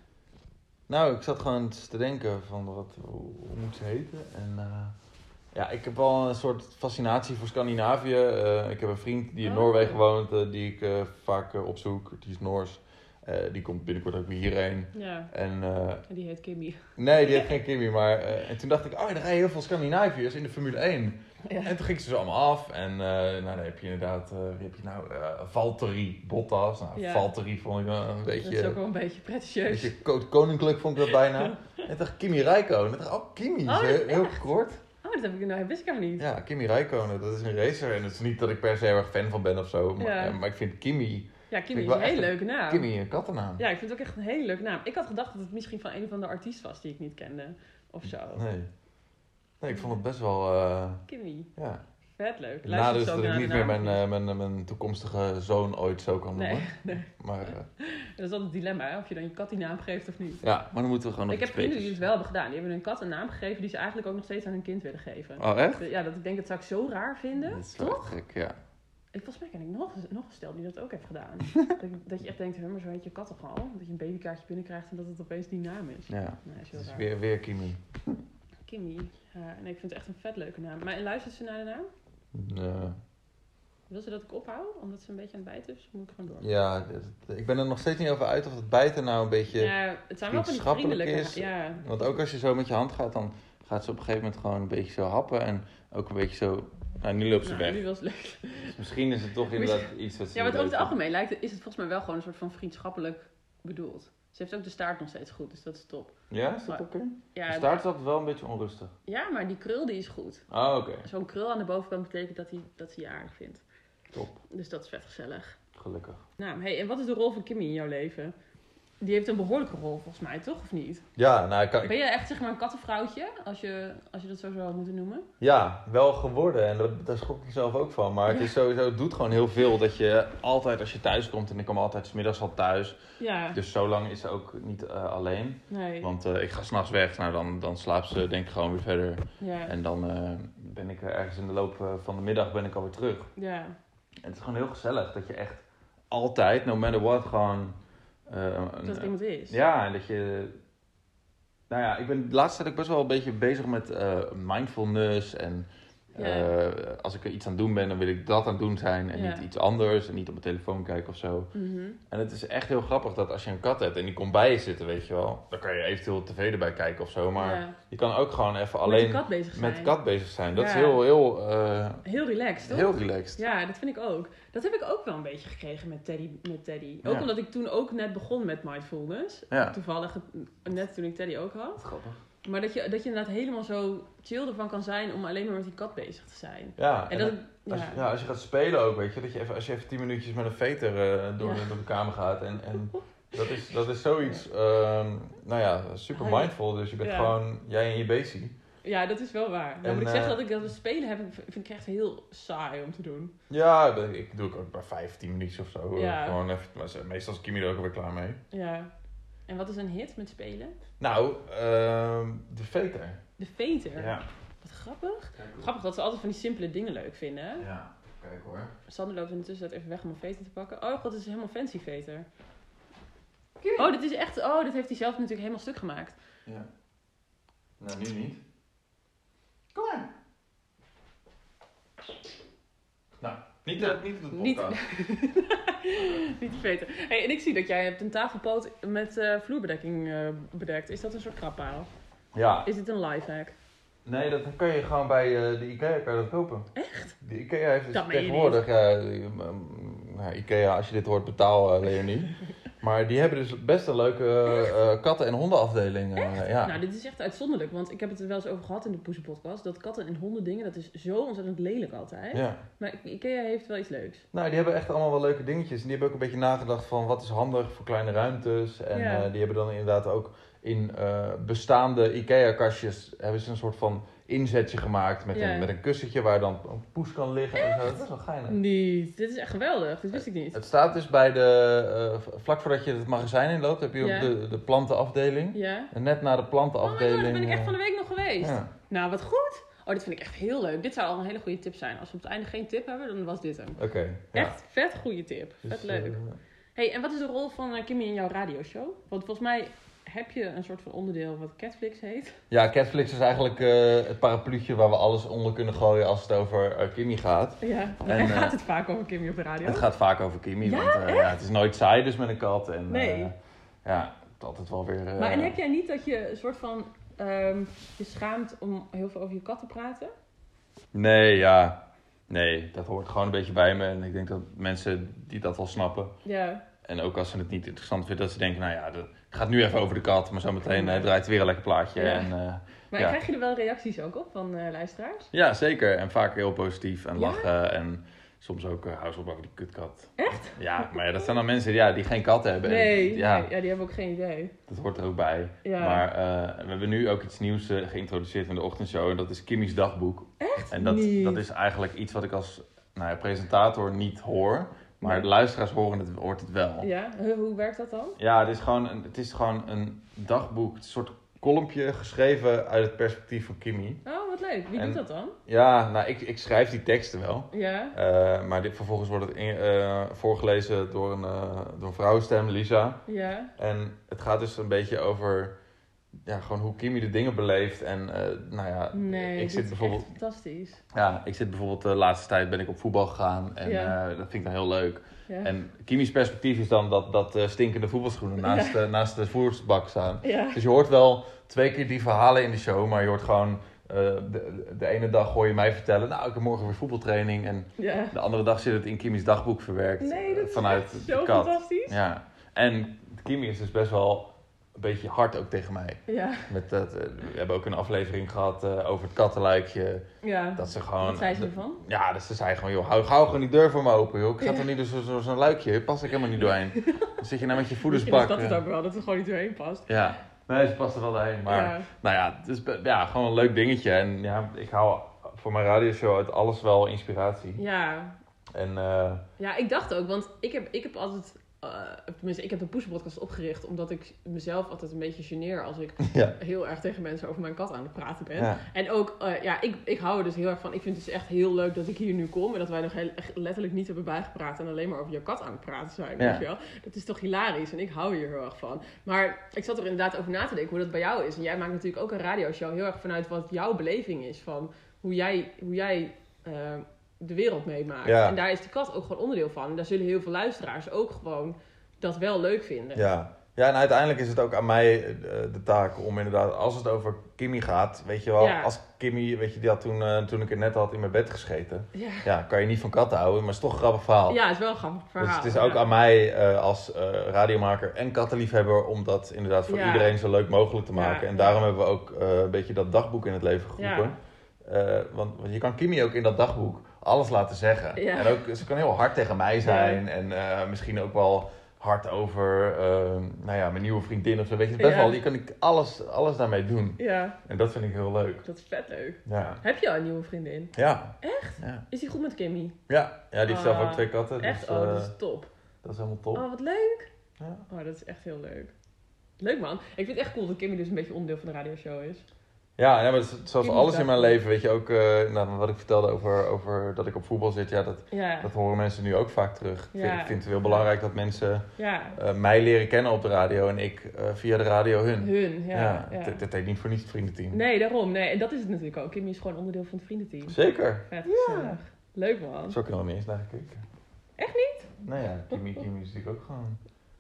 Nou, ik zat gewoon te denken van, wat, hoe, hoe moet ze heten? En uh, ja, ik heb wel een soort fascinatie voor Scandinavië. Uh, ik heb een vriend die in oh, Noorwegen okay. woont, uh, die ik uh, vaak uh, opzoek. Die is Noors. Uh, die komt binnenkort ook weer hierheen.
Ja.
En, uh,
en die heet Kimmy.
Nee, die heet geen Kimmy, maar... Uh, en toen dacht ik, oh, er rijden heel veel Scandinaviërs in de Formule één.
Ja.
En toen ging ze zo allemaal af. En uh, nou, dan heb je inderdaad, uh, wie heb je nou? Uh, Valtteri Bottas. Nou,
ja.
Valtteri vond ik wel een beetje...
Dat is ook wel een beetje pretentieus.
Een beetje koninklijk vond ik dat bijna. En toen dacht Kimi Räikkönen. En dacht oh, Kimi,
oh,
heel, heel kort.
Oh, dat heb ik nou, wist ik helemaal niet.
Ja, Kimi Räikkönen, dat is een racer. En het is niet dat ik per se heel erg fan van ben of zo. Maar,
ja.
maar ik vind Kimi...
Ja, Kimi is een hele leuke naam.
Kimi, een kattennaam.
Ja, ik vind het ook echt een hele leuke naam. Ik had gedacht dat het misschien van een of andere artiest was die ik niet kende. Of zo.
Nee. Nee, ik vond het best wel... Uh,
Kimi.
Ja.
Vet leuk.
Na dus dat ik niet meer mijn, uh, mijn, mijn toekomstige zoon ooit zo kan noemen.
Nee, nee.
Maar, uh,
dat is altijd het dilemma, hè? Of je dan je kat die naam geeft of niet.
Ja, maar dan moeten we gewoon nog
Ik heb vrienden die het wel hebben gedaan. Die hebben hun kat een naam gegeven die ze eigenlijk ook nog steeds aan hun kind willen geven.
Oh, echt?
Ja, dat ik denk dat zou ik zo raar vinden.
Dat is wel
toch?
gek, ja.
Ik, volgens mij ken ik nog, nog een stel die dat ook heeft gedaan. dat, dat je echt denkt, maar zo heet je kat toch al? Dat je een babykaartje binnenkrijgt en dat het opeens die naam is.
Ja,
nee, is
het is
raar.
weer, weer Kimi.
Kimi. Uh, nee, ik vind het echt een vet leuke naam. Maar luistert ze naar de naam?
Ja.
Wil ze dat ik ophoud? Omdat ze een beetje aan het bijten is? Of moet ik gewoon door?
Ja, ik ben er nog steeds niet over uit of het bijten nou een beetje
ja, het zijn wel van die vriendelijke
is.
Ja.
Want ook als je zo met je hand gaat, dan gaat ze op een gegeven moment gewoon een beetje zo happen. En ook een beetje zo... Nou, nu loopt ze
nou,
weg.
Nu was het leuk.
Dus misschien is het toch inderdaad iets wat ze...
Ja, want over het algemeen lijkt het, is het volgens mij wel gewoon een soort van vriendschappelijk bedoeld. Ze heeft ook de staart nog steeds goed, dus dat is top.
Ja, is dat oké? Okay?
Ja,
de staart is altijd wel een beetje onrustig.
Ja, maar die krul die is goed.
Ah, oké. Okay.
Zo'n krul aan de bovenkant betekent dat hij dat hij je aardig vindt.
Top.
Dus dat is vet gezellig.
Gelukkig.
Nou, hey, en wat is de rol van Kimi in jouw leven? Die heeft een behoorlijke rol volgens mij, toch? Of niet?
Ja, nou... Ik kan,
ben je echt zeg maar een kattenvrouwtje? Als je, als je dat zo zou moeten noemen?
Ja, wel geworden. En dat, daar schrok ik zelf ook van. Maar het is sowieso, het doet gewoon heel veel dat je altijd als je thuis komt... En ik kom altijd 's middags al thuis.
Ja.
Dus zo lang is ze ook niet uh, alleen.
Nee.
Want uh, ik ga 's nachts weg. Nou, dan, dan slaapt ze denk ik gewoon weer verder.
Ja.
En dan uh, ben ik ergens in de loop uh, van de middag ben ik alweer terug.
Ja.
En het is gewoon heel gezellig dat je echt altijd, no matter what, gewoon... Uh,
dat er iemand is.
Ja, en dat je... Nou ja, ik ben de laatste tijd ook best wel een beetje bezig met uh, mindfulness. En uh, ja. als ik er iets aan het doen ben, dan wil ik dat aan het doen zijn. En ja. niet iets anders. En niet op mijn telefoon kijken of zo.
Mm-hmm.
En het is echt heel grappig dat als je een kat hebt en die komt bij je zitten, weet je wel. Dan kan je eventueel tv erbij kijken of zo. Maar ja. je kan ook gewoon even alleen
met de kat bezig zijn.
Met de kat bezig zijn. Dat
ja.
is heel... Heel, uh,
heel relaxed, toch?
Heel relaxed.
Ja, dat vind ik ook. Dat heb ik ook wel een beetje gekregen met Teddy. Met Teddy. Ook ja. omdat ik toen ook net begon met mindfulness. Ja. Toevallig, net toen ik Teddy ook had.
Grappig.
Maar dat je, dat je inderdaad helemaal zo chill ervan kan zijn om alleen maar met die kat bezig te zijn.
Ja,
en,
en
dat,
als,
ja.
Je, ja, als je gaat spelen ook, weet je, dat je even, als je even tien minuutjes met een veter uh, door, ja. door de kamer gaat. En, en dat, is, dat is zoiets, uh, nou ja, super mindful. Dus je bent ja. gewoon jij en je beestie.
Ja, dat is wel waar. Dan moet ik uh, zeggen dat ik dat het spelen heb, vind ik echt heel saai om te doen.
Ja, ik doe ik ook maar vijf, tien minuutjes of zo.
Ja.
Gewoon even, meestal is Kimi er ook alweer klaar mee.
Ja. En wat is een hit met spelen?
Nou, uh, de veter.
De veter?
Ja.
Wat grappig. Grappig dat ze altijd van die simpele dingen leuk vinden. Hè?
Ja, kijk hoor.
Sander loopt in de tussentijd even weg om een veter te pakken. Oh god, dit is helemaal fancy veter. Oh, dit is echt... Oh, dit heeft hij zelf natuurlijk helemaal stuk gemaakt.
Ja. Nou, nu niet. Kom maar. Nou, niet de, niet de podcast.
Niet, niet te veten. Hey, en ik zie dat jij hebt een tafelpoot met uh, vloerbedekking uh, bedekt. Is dat een soort krabpaal?
Ja.
Is dit een lifehack?
Nee, dat kan je gewoon bij uh, de Ikea kan je dat kopen.
Echt?
De Ikea heeft dus
dat
tegenwoordig... Ja, nou, Ikea, als je dit hoort, betaal uh, Leonie. Maar die hebben dus best een leuke uh, katten- en hondenafdeling. Uh, ja.
Nou, dit is echt uitzonderlijk. Want ik heb het er wel eens over gehad in de Poesenpodcast. Dat katten- en honden dingen, dat is zo ontzettend lelijk altijd.
Ja.
Maar Ikea heeft wel iets leuks.
Nou, die hebben echt allemaal wel leuke dingetjes. En die hebben ook een beetje nagedacht van wat is handig voor kleine ruimtes. En ja. uh, die hebben dan inderdaad ook in uh, bestaande Ikea-kastjes... hebben ze een soort van inzetje gemaakt met, ja. een, met een kussentje waar dan een poes kan liggen
echt?
en zo. Dat is wel geinig.
Niet. Dit is echt geweldig. Dit wist ik niet.
Het staat dus bij de... Uh, vlak voordat je het magazijn inloopt, heb je ja. ook de, de plantenafdeling.
Ja.
En net na de plantenafdeling...
Oh, daar ben ik echt van de week nog geweest.
Ja.
Nou, wat goed. Oh, dit vind ik echt heel leuk. Dit zou al een hele goede tip zijn. Als we op het einde geen tip hebben, dan was dit hem.
Oké. Okay,
ja. Echt vet goede tip. Dus, vet leuk. Uh, hey, en wat is de rol van uh, Kimi in jouw radioshow? Want volgens mij... heb je een soort van onderdeel wat Catflix heet? Ja,
Catflix is eigenlijk uh, het parapluutje waar we alles onder kunnen gooien als het over uh, Kimi gaat.
Ja, en, en gaat het uh, vaak over Kimi op de radio?
Het gaat vaak over Kimi,
ja,
want uh, ja, het is nooit saai dus met een kat. En,
nee.
Uh, ja, het altijd wel weer... Uh,
maar en heb jij niet dat je een soort van um, je schaamt om heel veel over je kat te praten?
Nee, ja. Nee, dat hoort gewoon een beetje bij me. En ik denk dat mensen die dat wel snappen.
Ja.
En ook als ze het niet interessant vinden, dat ze denken, nou ja, dat gaat nu even over de kat. Maar zo meteen uh, draait het weer een lekker plaatje.
Ja.
En, uh,
maar
ja.
krijg je er wel reacties ook op van uh, luisteraars?
Ja, zeker. En vaak heel positief en
ja?
lachen. En soms ook, uh, hou eens op over die kutkat.
Echt?
Ja, maar ja, dat zijn dan mensen ja, die geen kat hebben.
Nee,
en, ja,
nee, ja, die hebben ook geen idee.
Dat hoort er ook bij.
Ja.
Maar uh, we hebben nu ook iets nieuws uh, geïntroduceerd in de ochtendshow. En dat is Kimmy's dagboek.
Echt?
En dat,
niet.
dat is eigenlijk iets wat ik als nou ja, presentator niet hoor. Maar de luisteraars horen het, hoort het wel.
Ja, hoe werkt dat dan?
Ja, het is gewoon een, het is gewoon een dagboek. Het is een soort kolompje geschreven uit het perspectief van Kimmy.
Oh, wat leuk. Wie
en,
doet dat dan?
Ja, nou, ik, ik schrijf die teksten wel.
Ja.
Uh, maar dit, vervolgens wordt het in, uh, voorgelezen door een, uh, door een vrouwenstem, Lisa.
Ja.
En het gaat dus een beetje over ja, gewoon hoe Kimmy de dingen beleeft. En uh, nou ja,
nee,
ik zit bijvoorbeeld.
Echt fantastisch.
Ja, ik zit bijvoorbeeld de laatste tijd ben ik op voetbal gegaan. En ja. uh, dat vind ik dan heel leuk.
Ja.
En Kimmy's perspectief is dan dat, dat uh, stinkende voetbalschoenen naast, ja. uh, naast de voersbak staan.
Ja.
Dus je hoort wel twee keer die verhalen in de show, maar je hoort gewoon uh, de, de ene dag hoor je mij vertellen, nou ik heb morgen weer voetbaltraining. En
ja.
de andere dag zit het in Kimmy's dagboek verwerkt.
Nee, dat is
vanuit
echt
de
zo
kat.
fantastisch.
Ja. En Kimmy is dus best wel een beetje hard ook tegen mij.
Ja.
Met dat, uh, we hebben ook een aflevering gehad uh, over het kattenluikje.
Ja.
Dat ze gewoon,
wat zei ze
uh,
ervan?
Ja, dus ze zei gewoon, joh, hou, hou gewoon die deur voor me open, joh. Ik ga ja. er niet door zo'n zo, zo luikje, pas ik helemaal niet doorheen. Dan zit je nou met je voedersbak.
Dat het ook wel, dat het gewoon niet doorheen past.
Ja, nee, ze past er wel doorheen. Maar, ja. nou ja, het is ja, gewoon een leuk dingetje. En ja, ik hou voor mijn radioshow uit alles wel inspiratie.
Ja.
En, uh,
ja, ik dacht ook, want ik heb, ik heb altijd... Uh, tenminste, ik heb de Poesenpodcast opgericht omdat ik mezelf altijd een beetje geneer als ik ja. heel erg tegen mensen over mijn kat aan het praten ben. Ja. En ook, uh, ja, ik, ik hou er dus heel erg van. Ik vind het dus echt heel leuk dat ik hier nu kom en dat wij nog heel, echt letterlijk niet hebben bijgepraat en alleen maar over jouw kat aan het praten zijn. Ja. Weet je wel? Dat is toch hilarisch en ik hou hier heel erg van. Maar ik zat er inderdaad over na te denken hoe dat bij jou is. En jij maakt natuurlijk ook een radioshow heel erg vanuit wat jouw beleving is van hoe jij... Hoe jij uh, de wereld meemaakt. Ja. En daar is de kat ook gewoon onderdeel van. En daar zullen heel veel luisteraars ook gewoon dat wel leuk vinden.
Ja, ja en uiteindelijk is het ook aan mij uh, de taak om inderdaad, als het over Kimmy gaat, weet je wel, ja. als Kimmy, weet je, die had toen, uh, toen ik er net had in mijn bed gescheten. Ja. ja, kan je niet van katten houden, maar het is toch een grappig verhaal.
Ja, het is wel een grappig verhaal.
Dus het is ook ja. aan mij uh, als uh, radiomaker en kattenliefhebber om dat inderdaad voor ja. iedereen zo leuk mogelijk te maken. Ja. En daarom hebben we ook uh, een beetje dat dagboek in het leven geroepen. Ja. Uh, want je kan Kimmy ook in dat dagboek alles laten zeggen. Ja. En ook, ze kan heel hard tegen mij zijn. Ja. En uh, misschien ook wel hard over uh, nou ja, mijn nieuwe vriendin of zo. Weet je, best ja. wel, je kan alles, alles daarmee doen.
Ja.
En dat vind ik heel leuk.
Dat is vet leuk.
Ja.
Heb je al een nieuwe vriendin?
Ja.
Echt?
Ja.
Is die goed met Kimmy?
Ja, ja die heeft uh, zelf ook twee katten.
Echt?
Dus,
oh,
uh,
dat is top.
Dat is helemaal top.
Oh, wat leuk.
Ja.
Oh, dat is echt heel leuk. Leuk man. Ik vind het echt cool dat Kimmy dus een beetje onderdeel van de radioshow is.
Ja, ja, maar zoals alles in mijn leven, weet je, ook uh, nou, wat ik vertelde over, over dat ik op voetbal zit, ja, dat, ja. dat horen mensen nu ook vaak terug. Ja. Ik, vind, ik vind het heel belangrijk dat mensen ja. uh, mij leren kennen op de radio en ik uh, via de radio hun.
Hun, ja.
ja,
ja.
Het, het heet niet voor niets het vriendenteam.
Nee, daarom. Nee. En dat is het natuurlijk ook. Kimmy is gewoon onderdeel van het vriendenteam.
Zeker.
Vet, ja. Leuk man.
Zo heb ik er nog niet eens naar gekeken.
Echt niet?
Nee, ja, Kimmy, Kimmy is natuurlijk ook gewoon...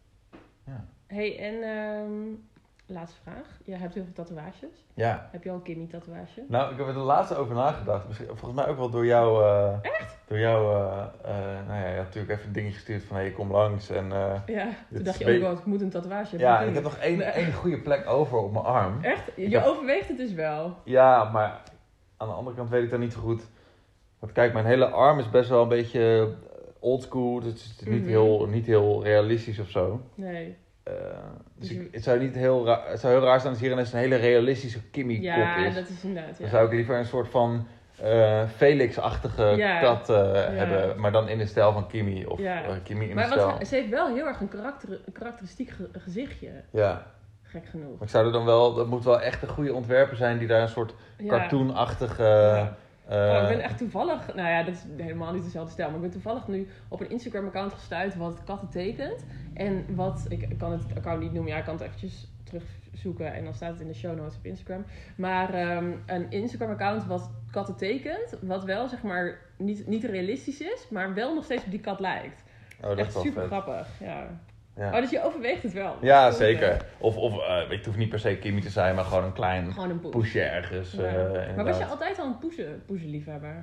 Ja.
Hey, en... Um... Laatste vraag. Jij hebt heel veel tatoeages.
Ja.
Heb je al een Kimmy-tatoeage?
Nou, ik heb er de laatste over nagedacht. Volgens mij ook wel door jou... Uh,
Echt?
Door jou... Uh, uh, nou ja, je had natuurlijk even een dingetje gestuurd van... Hé, hey, kom langs. En, uh,
ja, toen dacht je, oh god, ik moet een tatoeage hebben.
Ja, en ik heb nog één, nee. één goede plek over op mijn arm.
Echt? Je
ik
overweegt het dus wel?
Ja, maar aan de andere kant weet ik dat niet zo goed. Want kijk, mijn hele arm is best wel een beetje oldschool. Dus het is niet, mm-hmm. heel, niet heel realistisch of zo.
Nee.
Uh, dus dus ik, het, zou niet heel ra- het zou heel raar zijn als hier ineens een hele realistische Kimmy-kop
ja,
is.
Ja, dat is inderdaad, ja.
Dan zou ik liever een soort van uh, Felix-achtige ja. kat uh, ja. hebben. Maar dan in de stijl van Kimmy. Of ja. uh, Kimmy in
maar
de stijl.
Maar ze heeft wel heel erg een, karakter, een karakteristiek ge- gezichtje.
Ja.
Gek genoeg.
Maar ik zou er dan wel... Dat moet wel echt een goede ontwerper zijn die daar een soort ja. cartoonachtige... Ja.
Uh, oh, ik ben echt toevallig, nou ja, dat is helemaal niet dezelfde stijl, maar ik ben toevallig nu op een Instagram-account gestuurd wat katten tekent. En wat, ik kan het account niet noemen, ja, ik kan het eventjes terugzoeken en dan staat het in de show notes op Instagram. Maar um, een Instagram-account wat katten tekent, wat wel zeg maar niet, niet realistisch is, maar wel nog steeds op die kat lijkt.
Oh, dat
echt
is wel
super
vet.
grappig, ja.
Ja.
Oh, dus je overweegt het wel.
Ja, zeker. Of, of uh, het hoeft niet per se Kimmy te zijn, maar gewoon een klein
gewoon een push.
pushje ergens.
Ja.
Uh,
maar was je altijd al een poezen, poezenliefhebber?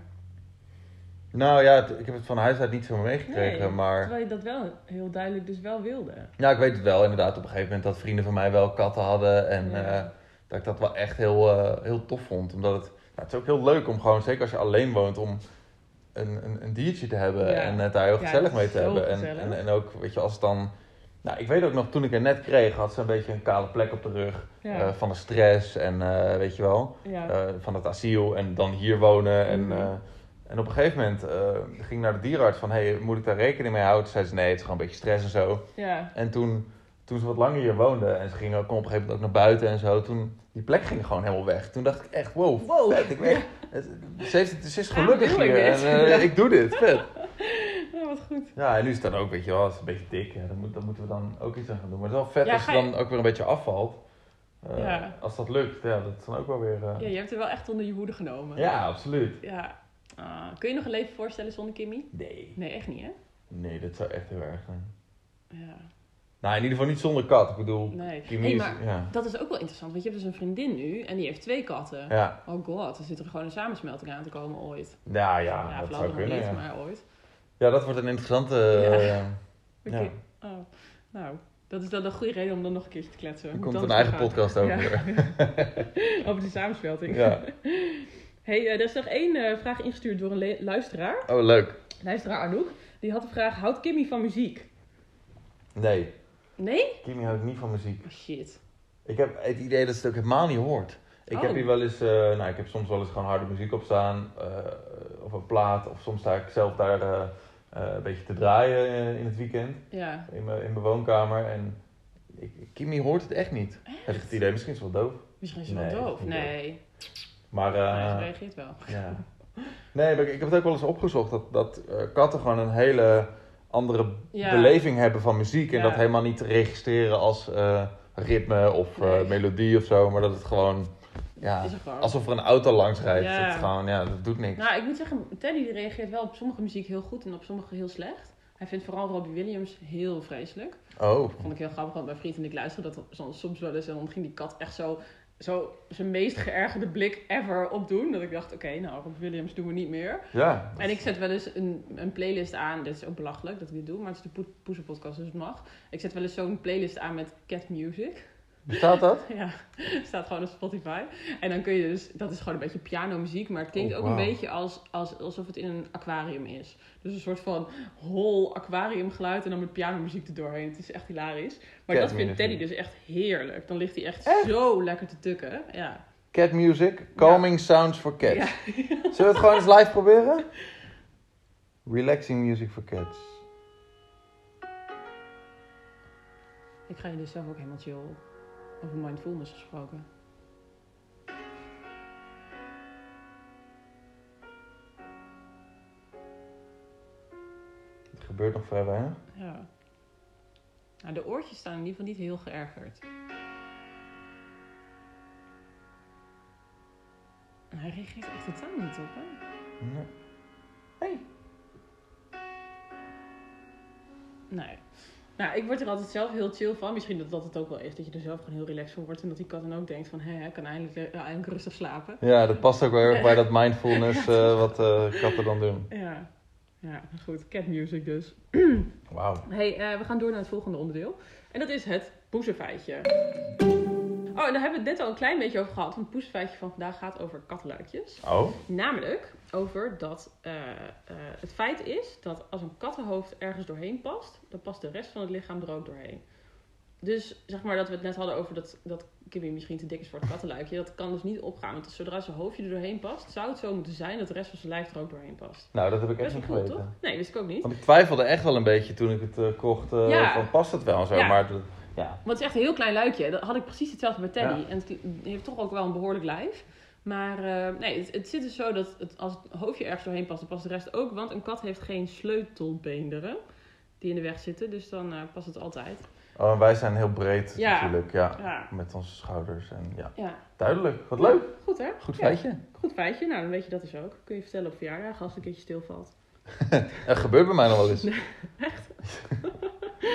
Nou ja, t- ik heb het van huis uit niet zo meegekregen,
nee,
maar...
terwijl je dat wel heel duidelijk dus wel wilde.
Ja, ik weet het wel. Inderdaad, op een gegeven moment dat vrienden van mij wel katten hadden. En
Ja.
uh, dat ik dat wel echt heel, uh, heel tof vond. Omdat het... Nou, het is ook heel leuk om gewoon, zeker als je alleen woont, om een, een, een diertje te hebben.
Ja.
En het daar heel
Ja,
gezellig mee te hebben. En,
gezellig.
en, en ook, weet je, als het dan... Nou, ik weet ook nog, toen ik het net kreeg, had ze een beetje een kale plek op de rug.
Ja.
Uh, van de stress en uh, weet je wel,
Ja.
uh, van het asiel en dan hier wonen. En,
Mm-hmm.
uh, en op een gegeven moment uh, ging ik naar de dierenarts van, hey, moet ik daar rekening mee houden? Toen zei ze, nee, het is gewoon een beetje stress en zo.
Ja.
En toen, toen ze wat langer hier woonde en ze ging ook, kon op een gegeven moment ook naar buiten en zo, toen, die plek ging gewoon helemaal weg. Toen dacht ik echt, wow,
wow.
vet, ik weet, het, ze, heeft, het, ze is gelukkig
ja,
hier en uh,
ja.
ik doe dit, vet.
Ja, wat goed.
Ja, en nu is het dan ook, weet je wel, het is een beetje dik. Ja, daar, moet, daar moeten we dan ook iets aan gaan doen. Maar het is wel vet
Ja,
als je
je...
dan ook weer een beetje afvalt. Uh,
ja.
Als dat lukt, ja, dat is dan ook wel weer... Uh...
Ja, je hebt er wel echt onder je hoede genomen.
Ja, absoluut.
Ja. Uh, kun je nog een leven voorstellen zonder Kimmy?
Nee.
Nee, echt niet, hè?
Nee, dat zou echt heel erg zijn.
Ja.
Nou, in ieder geval niet zonder kat. Ik bedoel,
nee.
Kimmy
hey,
is...
maar
Ja.
dat is ook wel interessant, want je hebt dus een vriendin nu en die heeft twee katten.
Ja.
Oh god, er zit er gewoon een samensmelting aan te komen ooit.
Ja, ja,
Ja,
dat zou
voorlopig nog
kunnen,
niet,
ja.
maar ooit.
Ja, dat wordt een interessante...
Ja.
Uh,
Okay.
ja.
Oh, nou, dat is dan een goede reden om dan nog een keertje te kletsen.
Er
Hoe
komt
dat
een eigen
gaat.
podcast over.
Ja. Over die samensmelting.
Ja.
Hey, uh, er is nog één uh, vraag ingestuurd door een le- luisteraar.
Oh, leuk.
Luisteraar Anouk. Die had de vraag, houdt Kimmy van muziek?
Nee.
Nee?
Kimmy houdt niet van muziek.
Oh, shit.
Ik heb het idee dat ze het ook helemaal niet hoort. Ik
Oh.
heb hier wel eens, uh, nou ik heb soms wel eens gewoon harde muziek op staan. Uh, of een plaat. Of soms sta ik zelf daar uh, uh, een beetje te draaien uh, in het weekend.
Ja.
In mijn in mijn woonkamer. En ik, Kimmy hoort het echt niet.
Echt?
Heb ik het idee. Misschien is het wel doof.
Misschien is ze
Nee,
wel doof.
niet
Nee.
Maar uh,
Nee, ze reageert wel.
ja. Nee, maar ik, ik heb het ook wel eens opgezocht. Dat, dat uh, katten gewoon een hele andere
Ja.
beleving hebben van muziek. En
Ja.
dat helemaal niet te registreren als uh, ritme of uh,
Nee.
melodie of zo. Maar dat het gewoon... Ja,
Is er gewoon.
alsof er een auto langs rijdt.
Ja.
Dat, is gewoon, ja, dat doet niks.
Nou, ik moet zeggen, Teddy die reageert wel op sommige muziek heel goed en op sommige heel slecht. Hij vindt vooral Robbie Williams heel vreselijk.
Oh.
Vond ik heel grappig, want mijn vriend en ik luisterden dat soms soms wel eens. En dan ging die kat echt zo, zo zijn meest geërgerde blik ever opdoen. Dat ik dacht, oké, okay, nou, Robbie Williams doen we niet meer.
Ja.
En ik zet wel eens een, een playlist aan. Dit is ook belachelijk dat ik dit doe, maar het is de Poe- Poezenpodcast, dus het mag. Ik zet wel eens zo'n playlist aan met cat music.
Bestaat dat?
Ja, staat gewoon op Spotify. En dan kun je dus, dat is gewoon een beetje pianomuziek, maar het klinkt
Oh,
ook
wow.
een beetje als, als, alsof het in een aquarium is. Dus een soort van hol aquariumgeluid en dan met pianomuziek erdoorheen. Het is echt hilarisch. Maar
Cat
dat vindt
music.
Teddy dus echt heerlijk. Dan ligt hij echt,
Echt?
zo lekker te tukken. Ja.
Cat music, calming sounds for cats.
Ja.
Zullen we het gewoon eens live proberen? Relaxing music for cats.
Ik ga je dus zelf ook helemaal chill over mindfulness gesproken.
Het gebeurt nog vrij weinig.
Ja. Nou, de oortjes staan in ieder geval niet heel geërgerd. Hij reageert er echt totaal niet op, hè?
Nee. Hey.
Nee. Nou, ik word er altijd zelf heel chill van. Misschien dat dat het ook wel is. Dat je er zelf gewoon heel relaxed van wordt. En dat die kat dan ook denkt van... Hé, ik kan eindelijk, uh, eindelijk rustig slapen.
Ja, dat past ook wel heel erg bij dat mindfulness uh, wat uh, katten dan doen.
Ja. Ja, goed. Cat music dus.
Wauw.
Hey, uh, we gaan door naar het volgende onderdeel. En dat is het poezenfeitje. Oh, en daar hebben we het net al een klein beetje over gehad. Want het poezenfeitje van vandaag gaat over kattenluikjes.
Oh?
Namelijk over dat uh, uh, het feit is dat als een kattenhoofd ergens doorheen past, dan past de rest van het lichaam er ook doorheen. Dus zeg maar dat we het net hadden over dat, dat Kimmy misschien te dik is voor het kattenluikje. Dat kan dus niet opgaan. Want zodra zijn hoofdje er doorheen past, zou het zo moeten zijn dat de rest van zijn lijf er ook doorheen past.
Nou, dat heb ik echt
Best
niet
wel cool,
geweten.
toch? Nee, wist ik ook niet.
Want ik twijfelde echt wel een beetje toen ik het uh, kocht. Uh,
Ja.
Van past het wel en zo.
Ja.
Maar dat- ja.
Want het is echt een heel klein luikje. Dat had ik precies hetzelfde bij Teddy.
Ja.
En het heeft toch ook wel een behoorlijk lijf. Maar uh, nee, het, het zit dus zo dat het, als het hoofdje ergens doorheen past, dan past de rest ook. Want een kat heeft geen sleutelbeenderen die in de weg zitten. Dus dan uh, past het altijd.
Oh, en wij zijn heel breed
Ja.
natuurlijk. Ja.
Ja.
Met onze schouders. En, ja.
Ja.
Duidelijk. Wat leuk.
Goed hè?
Goed
Ja.
feitje.
Goed feitje. Nou, dan weet je dat dus ook. Kun je vertellen op verjaardag als het een keertje stilvalt.
Dat gebeurt bij mij nog wel eens.
Oké,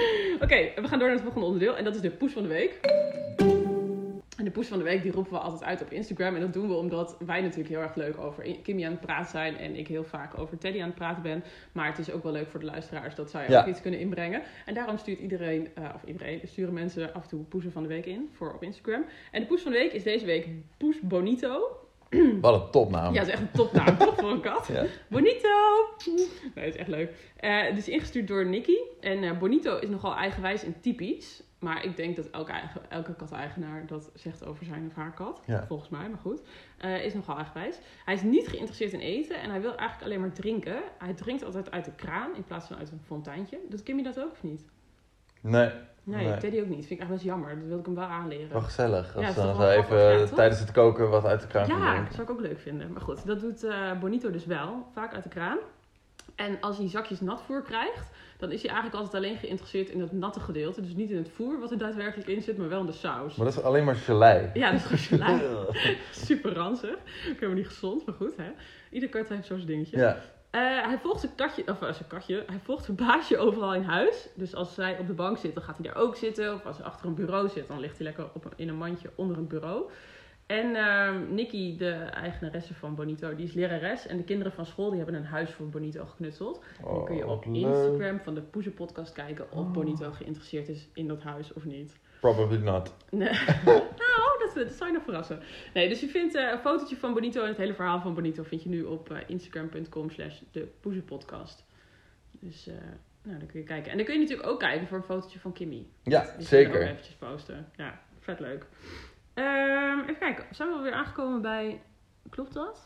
Oké, okay, we gaan door naar het volgende onderdeel. En dat is de poes van de week. En de poes van de week die roepen we altijd uit op Instagram. En dat doen we omdat wij natuurlijk heel erg leuk over Kimmy aan het praten zijn. En ik heel vaak over Teddy aan het praten ben. Maar het is ook wel leuk voor de luisteraars dat zij ja. ook iets kunnen inbrengen. En daarom stuurt iedereen, uh, of iedereen, sturen mensen af en toe poesen van de week in voor op Instagram. En de poes van de week is deze week Poes Bonito.
Wat een topnaam.
Ja, dat is echt een topnaam, toch, voor een kat. Ja. Bonito! Nee, dat is echt leuk. Uh, het is ingestuurd door Nicky. En uh, Bonito is nogal eigenwijs en typisch. Maar ik denk dat elke, eigen, elke kat-eigenaar dat zegt over zijn of haar kat. Ja. Volgens mij, maar goed. Uh, is nogal eigenwijs. Hij is niet geïnteresseerd in eten en hij wil eigenlijk alleen maar drinken. Hij drinkt altijd uit de kraan in plaats van uit een fonteintje. Doet Kimmy dat ook of niet?
Nee.
Nee, nee, Teddy ook niet. Vind ik echt best jammer. Dat wil ik hem wel aanleren.
Wel gezellig. Als
ja,
dan zo even ja, tijdens het koken wat uit de kraan
ja,
drinken.
Ja, dat zou ik ook leuk vinden. Maar goed, dat doet uh, Bonito dus wel. Vaak uit de kraan. En als hij zakjes natvoer krijgt, dan is hij eigenlijk altijd alleen geïnteresseerd in het natte gedeelte. Dus niet in het voer wat er daadwerkelijk in zit, maar wel in de saus.
Maar dat is alleen maar gelei.
Ja, dat is gewoon gelei. Super ranzig. Helemaal niet gezond, maar goed. Hè? Ieder kat heeft zo'n dingetje. Ja. Uh, hij volgt zijn katje, of uh, zijn katje, hij volgt zijn baasje overal in huis. Dus als zij op de bank zit, dan gaat hij daar ook zitten. Of als hij achter een bureau zit, dan ligt hij lekker op een, in een mandje onder een bureau. En uh, Nikki, de eigenaresse van Bonito, die is lerares. En de kinderen van school die hebben een huis voor Bonito geknutseld. Oh, en dan kun je op leuk. Instagram van de Poezen podcast kijken of oh. Bonito geïnteresseerd is in dat huis of niet.
Probably not.
Nee. Nou, dat, dat zou je nog verrassen. Nee, dus je vindt uh, een fotootje van Bonito en het hele verhaal van Bonito vind je nu op uh, instagram.com slash de Poezenpodcast. Dus uh, nou, dan kun je kijken. En dan kun je natuurlijk ook kijken voor een fotootje van Kimmy.
Ja,
die
zeker.
Die ook eventjes posten. Ja, vet leuk. Um, even kijken, zijn we alweer aangekomen bij... Klopt dat?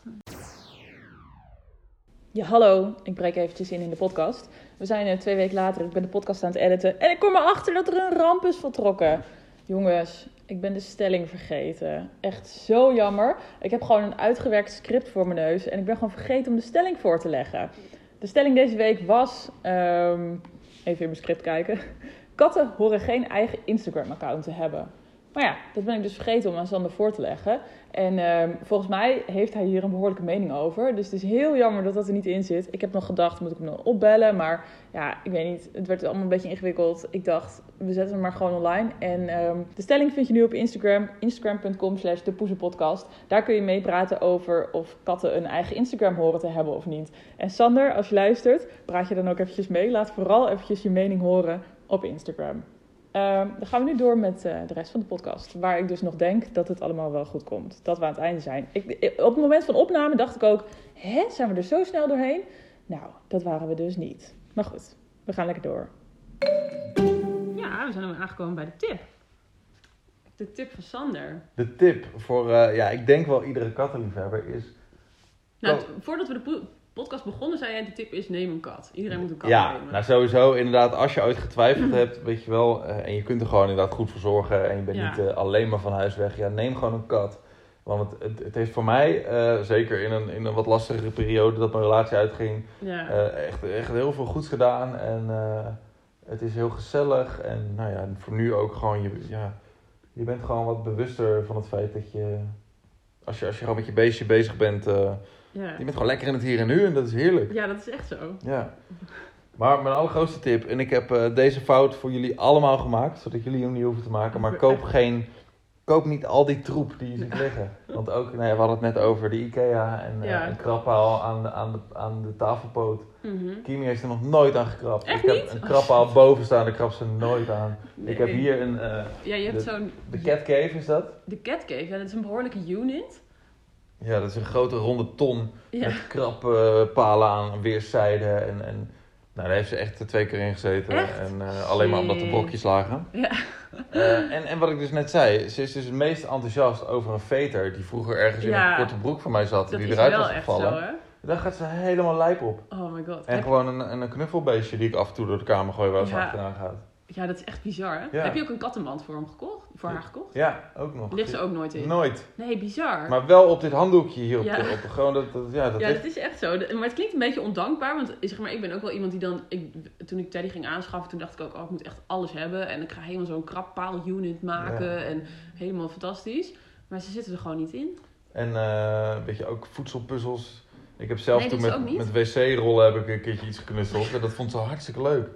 Ja, hallo. Ik breek eventjes in in de podcast. We zijn uh, twee weken later, ik ben de podcast aan het editen. En ik kom erachter dat er een ramp is voltrokken. Jongens, ik ben de stelling vergeten. Echt zo jammer. Ik heb gewoon een uitgewerkt script voor mijn neus. En ik ben gewoon vergeten om de stelling voor te leggen. De stelling deze week was... Um, even in mijn script kijken. Katten horen geen eigen Instagram-account te hebben. Maar ja, dat ben ik dus vergeten om aan Sander voor te leggen. En uh, volgens mij heeft hij hier een behoorlijke mening over. Dus het is heel jammer dat dat er niet in zit. Ik heb nog gedacht, moet ik hem dan opbellen? Maar ja, ik weet niet. Het werd allemaal een beetje ingewikkeld. Ik dacht, we zetten hem maar gewoon online. En um, de stelling vind je nu op Instagram. Instagram.com slash de Poezenpodcast. Daar kun je meepraten over of katten een eigen Instagram horen te hebben of niet. En Sander, als je luistert, praat je dan ook eventjes mee. Laat vooral eventjes je mening horen op Instagram. Uh, dan gaan we nu door met uh, de rest van de podcast. Waar ik dus nog denk dat het allemaal wel goed komt. Dat we aan het einde zijn. Ik, op het moment van opname dacht ik ook... Hè, zijn we er zo snel doorheen? Nou, dat waren we dus niet. Maar goed, we gaan lekker door. Ja, we zijn er aangekomen bij de tip. De tip van Sander.
De tip voor, uh, ja, ik denk wel iedere kattenliefhebber is...
Nou, t- voordat we de po- podcast begonnen, zei jij de tip is neem een kat. Iedereen moet een kat
ja,
nemen.
Ja, nou sowieso inderdaad, als je ooit getwijfeld hebt, weet je wel, uh, en je kunt er gewoon inderdaad goed voor zorgen en je bent ja. niet uh, alleen maar van huis weg, ja, neem gewoon een kat. Want het, het, het heeft voor mij, uh, zeker in een, in een wat lastigere periode dat mijn relatie uitging, ja. uh, echt, echt heel veel goeds gedaan. En uh, het is heel gezellig. En nou ja, voor nu ook gewoon, je, ja, je bent gewoon wat bewuster van het feit dat je, als je, als je gewoon met je beestje bezig bent, uh, ja. je bent gewoon lekker in het hier en nu en dat is heerlijk.
Ja, dat is echt zo.
Ja. Maar mijn allergrootste tip, en ik heb uh, deze fout voor jullie allemaal gemaakt, zodat jullie hem niet hoeven te maken, maar koop geen... Koop niet al die troep die je ziet liggen. Want ook, nou ja, we hadden het net over de Ikea en ja. uh, een krabpaal aan de, aan de, aan de tafelpoot. Mm-hmm. Kimi heeft er nog nooit aan gekrapt.
Echt
ik
niet?
heb een krabpaal oh. boven staan, daar krab ze nooit aan. Nee. Ik heb hier een... Uh,
ja, je hebt
de,
zo'n...
De Cat Cave is dat?
De Cat Cave, ja, dat is een behoorlijke unit.
Ja, dat is een grote ronde ton ja. met krappalen uh, aan weerszijden. En, en nou, daar heeft ze echt twee keer in gezeten.
Echt?
En uh, alleen maar omdat de brokjes lagen. Ja. Uh, en, en wat ik dus net zei, ze is dus het meest enthousiast over een veter die vroeger ergens ja, in een korte broek van mij zat, die eruit was gevallen. Zo, daar gaat ze helemaal lijp op.
Oh my god.
En Heb gewoon een, een knuffelbeestje die ik af en toe door de kamer gooi waar ze ja. achteraan gaat.
Ja, dat is echt bizar, hè? Ja. Heb je ook een kattenband voor hem gekocht? Voor haar gekocht?
Ja, ook nog.
Ligt ze ook nooit in?
Nooit.
Nee, bizar.
Maar wel op dit handdoekje hier op
ja.
de... Op, gewoon dat, dat, ja, dat,
ja, dat is echt zo. Maar het klinkt een beetje ondankbaar. Want zeg maar, ik ben ook wel iemand die dan... Ik, toen ik Teddy ging aanschaffen, toen dacht ik ook... Oh, ik moet echt alles hebben. En ik ga helemaal zo'n krabpaal unit maken. Ja. En helemaal fantastisch. Maar ze zitten er gewoon niet in.
En uh, weet je, ook voedselpuzzels. Ik heb zelf
nee,
toen met, met wc-rollen heb ik een keertje iets geknutseld. En dat vond ze hartstikke leuk.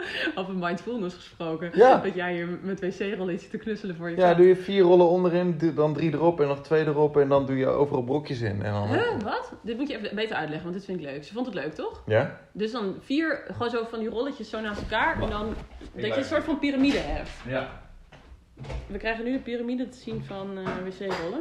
Over mindfulness gesproken.
Ja.
Dat jij hier met wc-rollen zit te knutselen voor je
Ja,
kat.
doe je vier rollen onderin, dan drie erop en nog twee erop. En dan doe je overal brokjes in. En dan...
Huh, wat? Dit moet je even beter uitleggen, want dit vind ik leuk. Ze vond het leuk, toch?
Ja?
Dus dan vier, gewoon zo van die rolletjes zo naast elkaar. En dan dat je
leg-
een soort van piramide hebt.
Ja.
We krijgen nu een piramide te zien van uh, wc-rollen.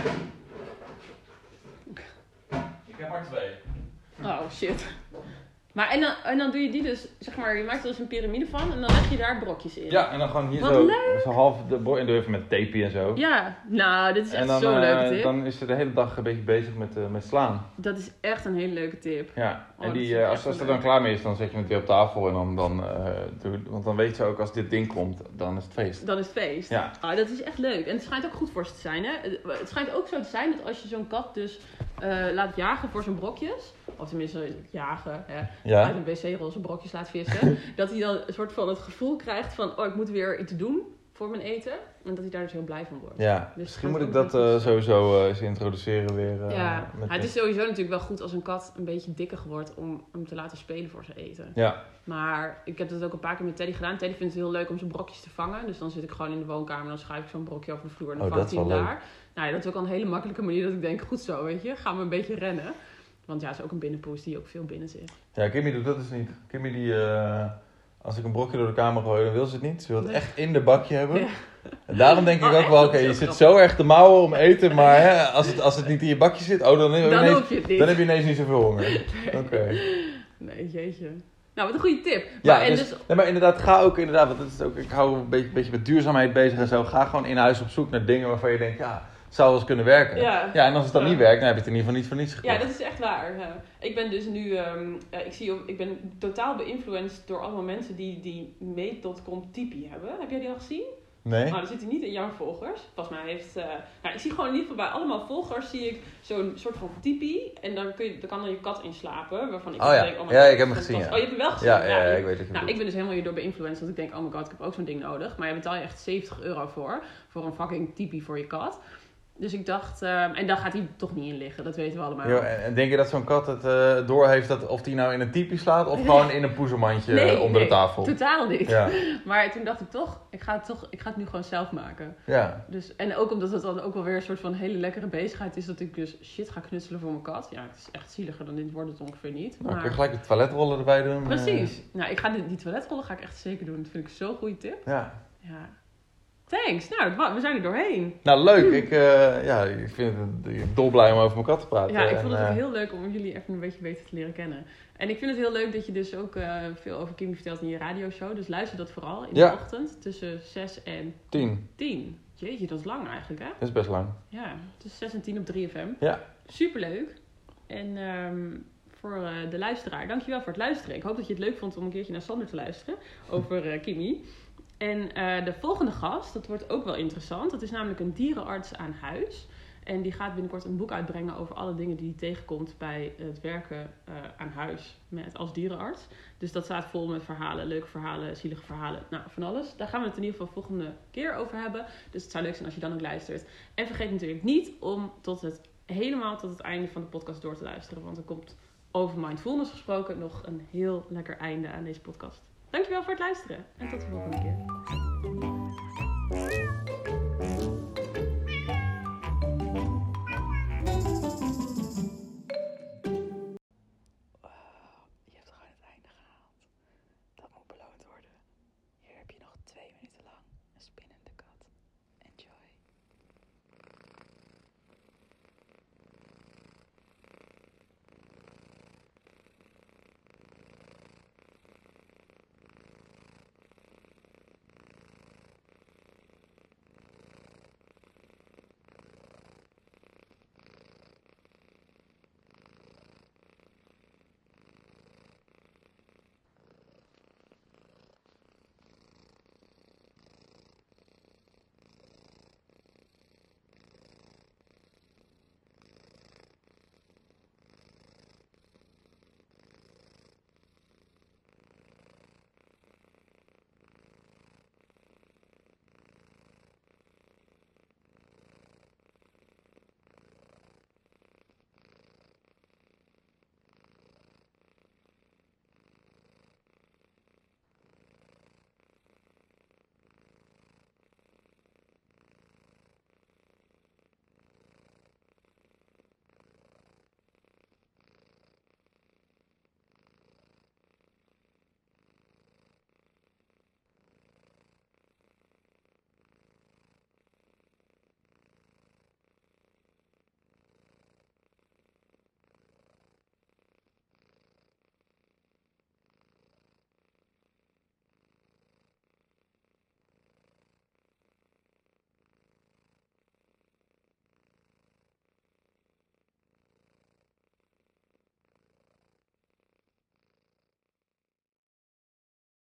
Ik heb maar twee.
Oh, shit. Maar en dan, en dan doe je die dus, zeg maar, je maakt er dus een piramide van en dan leg je daar brokjes in.
Ja, en dan gewoon hier
Wat
zo,
leuk.
zo half de bro- en doe even met tape en zo.
Ja, nou, dit is
En
echt
dan,
zo'n
eh,
leuke tip.
dan is ze de hele dag een beetje bezig met, uh, met slaan.
Dat is echt een hele leuke tip.
Ja,
Oh,
en
dat
die,
is
uh,
echt
als, als
wel
er dan
leuk.
klaar mee is, dan zet je het weer op tafel. En dan, dan, uh, doe, want dan weet ze ook, als dit ding komt, dan is het feest.
Dan is het feest.
Ja.
Ah, dat is echt leuk. En het schijnt ook goed voor ze te zijn, hè. Het schijnt ook zo te zijn dat als je zo'n kat dus uh, laat jagen voor zijn brokjes, of tenminste jagen, hè,
Ja.
uit een wc-rol zijn brokjes laat vissen, dat hij dan een soort van het gevoel krijgt van, oh, ik moet weer iets doen voor mijn eten. En dat hij daar dus heel blij van wordt.
Ja,
Dus
misschien
het
moet ik
gaat ook
dat
wel
uh,
goed.
sowieso uh, eens introduceren weer. Uh,
Ja,
met
het
de-
is sowieso natuurlijk wel goed als een kat een beetje dikker wordt om hem te laten spelen voor zijn eten.
Ja,
Maar ik heb dat ook een paar keer met Teddy gedaan. Teddy vindt het heel leuk om zijn brokjes te vangen. Dus dan zit ik gewoon in de woonkamer en dan schuif ik zo'n brokje over de vloer en dan
Oh,
vangt
dat
hij
is
hem
wel
daar. Nou ja, dat is ook al een hele makkelijke manier dat ik denk, goed zo, weet je. Gaan we een beetje rennen. Want ja, het is ook een binnenpoes die ook veel binnen zit.
ja, Kimmy doet dat dus niet. Kimmy die, uh, als ik een brokje door de kamer gooi, dan wil ze het niet. Ze wil het
Nee.
echt in de bakje hebben.
Ja.
En daarom denk ik
Oh,
ook
echt?
wel,
Dat
oké,
is
je
heel
zit
grappig.
zo erg te mouwen om eten, maar hè, als, het, als het niet in je bakje zit, oh, dan, heb je
Dan
ineens,
hoef je het niet.
dan heb je ineens niet zoveel honger. Oké.
Nee, jeetje. Nou, wat een goede tip.
Ja,
Maar, en
dus,
dus,
nee, maar inderdaad, ga ook inderdaad, want het is ook, ik hou een beetje, beetje met duurzaamheid bezig en zo. Ga gewoon in huis op zoek naar dingen waarvan je denkt, ja, het zou wel eens kunnen werken.
Ja.
Ja, en als het dan
Ja.
niet werkt, dan heb je het in ieder geval niet voor niets gekocht.
ja, dat is echt waar. Ja. Ik ben dus nu, um, uh, ik, zie, ook- ik ben totaal beïnfluenced door allemaal mensen die, die made punt com Tipeee hebben. Heb jij die al gezien?
Nee?
Nou, dat zit hij niet in jouw volgers. Volgens mij heeft... Uh, nou, ik zie gewoon in ieder geval bij allemaal volgers zie ik zo'n soort van Tipeee. En dan, kun je, dan kan dan je kat inslapen. Waarvan ik
Oh ja.
denk... Oh my
Ja,
god,
ik heb hem
dat is
gezien,
fantastisch.
ja.
Oh, je hebt hem wel gezien?
Ja, ja, ja,
je-
ik weet het.
Nou, ik ben dus helemaal hierdoor beïnfluenced. Want ik denk, oh my god, ik heb ook zo'n ding nodig. Maar je betaalt je echt zeventig euro voor. Voor een fucking Tipeee voor je kat. Dus ik dacht... Um, en dan gaat hij toch niet in liggen. Dat weten we allemaal.
Jo, en, en denk je dat zo'n kat het uh, doorheeft dat of die nou in een tipi slaat of gewoon in een poezelmandje
Nee,
onder
nee,
de tafel?
Totaal niet.
Ja.
Maar toen dacht ik toch, ik ga het, toch, ik ga het nu gewoon zelf maken.
Ja.
Dus, en ook omdat het dan ook wel weer een soort van hele lekkere bezigheid is, dat ik dus shit ga knutselen voor mijn kat. Ja, het is echt zieliger dan dit wordt het ongeveer niet.
Nou,
Maar...
kun je gelijk de toiletrollen erbij doen.
Precies.
Uh,
Nou, ik ga die, die toiletrollen ga ik echt zeker doen. Dat vind ik zo'n goede tip.
ja.
Ja. Thanks. Nou, wa- we zijn er doorheen.
Nou, leuk. Ik, uh, ja, ik vind het ik dolblij om over mijn kat te praten.
Ja, ik vond het
en,
ook
uh,
heel leuk om jullie even een beetje beter te leren kennen. En ik vind het heel leuk dat je dus ook uh, veel over Kimmy vertelt in je radioshow. Dus luister dat vooral in de
Ja.
ochtend tussen zes en
tien.
tien. Jeetje, dat is lang eigenlijk, hè?
Dat is best lang.
Ja, tussen zes en tien op drie F M.
Ja.
Superleuk. En um, voor uh, de luisteraar, dankjewel voor het luisteren. Ik hoop dat je het leuk vond om een keertje naar Sander te luisteren over uh, Kimmy. En uh, de volgende gast, dat wordt ook wel interessant. Dat is namelijk een dierenarts aan huis. En die gaat binnenkort een boek uitbrengen over alle dingen die hij tegenkomt bij het werken uh, aan huis met, als dierenarts. Dus dat staat vol met verhalen, leuke verhalen, zielige verhalen, nou van alles. Daar gaan we het in ieder geval volgende keer over hebben. Dus het zou leuk zijn als je dan ook luistert. En vergeet natuurlijk niet om tot het, helemaal tot het einde van de podcast door te luisteren. Want er komt over mindfulness gesproken nog een heel lekker einde aan deze podcast. Dankjewel voor het luisteren en tot de volgende keer.